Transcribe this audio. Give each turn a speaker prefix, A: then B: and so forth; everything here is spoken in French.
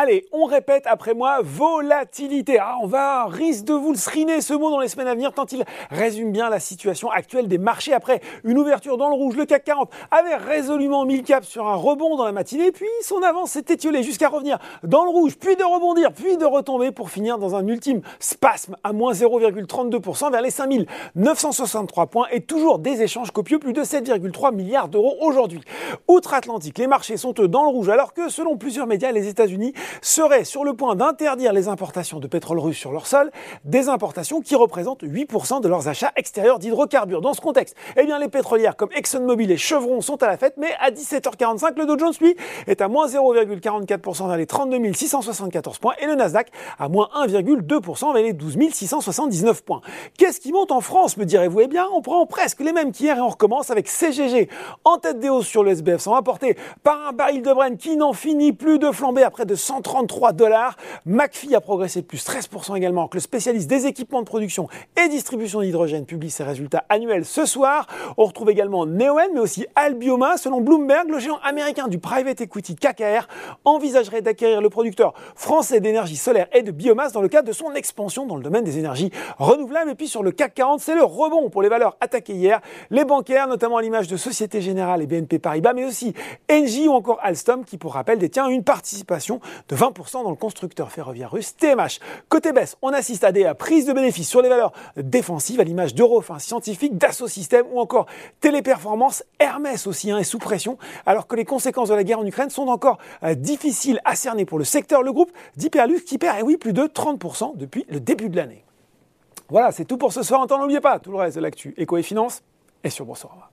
A: Allez, on répète après moi, volatilité. On risque de vous le sriner ce mot dans les semaines à venir tant il résume bien la situation actuelle des marchés. Après une ouverture dans le rouge, le CAC 40 avait résolument mis le cap sur un rebond dans la matinée, puis son avance s'est étiolée jusqu'à revenir dans le rouge, puis de rebondir, puis de retomber pour finir dans un ultime spasme à moins 0,32% vers les 5963 points et toujours des échanges copieux, plus de 7,3 milliards d'euros aujourd'hui. Outre-Atlantique, les marchés sont eux dans le rouge alors que selon plusieurs médias, les États-Unis seraient sur le point d'interdire les importations de pétrole russe sur leur sol, des importations qui représentent 8% de leurs achats extérieurs d'hydrocarbures. Dans ce contexte, les pétrolières comme ExxonMobil et Chevron sont à la fête, mais à 17h45, le Dow Jones, lui, est à moins 0,44% vers les 32 674 points et le Nasdaq à moins 1,2% vers les 12 679 points. Qu'est-ce qui monte en France, me direz-vous? On prend presque les mêmes qu'hier et on recommence avec CGG en tête des hausses sur le SBF 100, apporté par un baril de Brent qui n'en finit plus de flamber à près de 133 $. McPhy a progressé de plus 13% également, que le spécialiste des équipements de production et distribution d'hydrogène publie ses résultats annuels ce soir. On retrouve également Neoen, mais aussi Albioma. Selon Bloomberg, le géant américain du private equity KKR envisagerait d'acquérir le producteur français d'énergie solaire et de biomasse dans le cadre de son expansion dans le domaine des énergies renouvelables. Et puis sur le CAC 40, c'est le rebond pour les valeurs attaquées hier. Les bancaires, notamment à l'image de Société Générale et BNP Paribas, mais aussi Engie ou encore Alstom, qui pour rappel détient une participation de 20% dans le constructeur ferroviaire russe TMH. Côté baisse, on assiste à des prises de bénéfices sur les valeurs défensives à l'image d'Eurofin Scientifique, Dassault Systèmes ou encore Téléperformance. Hermès aussi est sous pression, alors que les conséquences de la guerre en Ukraine sont encore difficiles à cerner pour le secteur. Le groupe d'Hyperlux qui perd, plus de 30% depuis le début de l'année. Voilà, c'est tout pour ce soir. N'oubliez pas, tout le reste de l'actu éco et finance est sur Boursorama.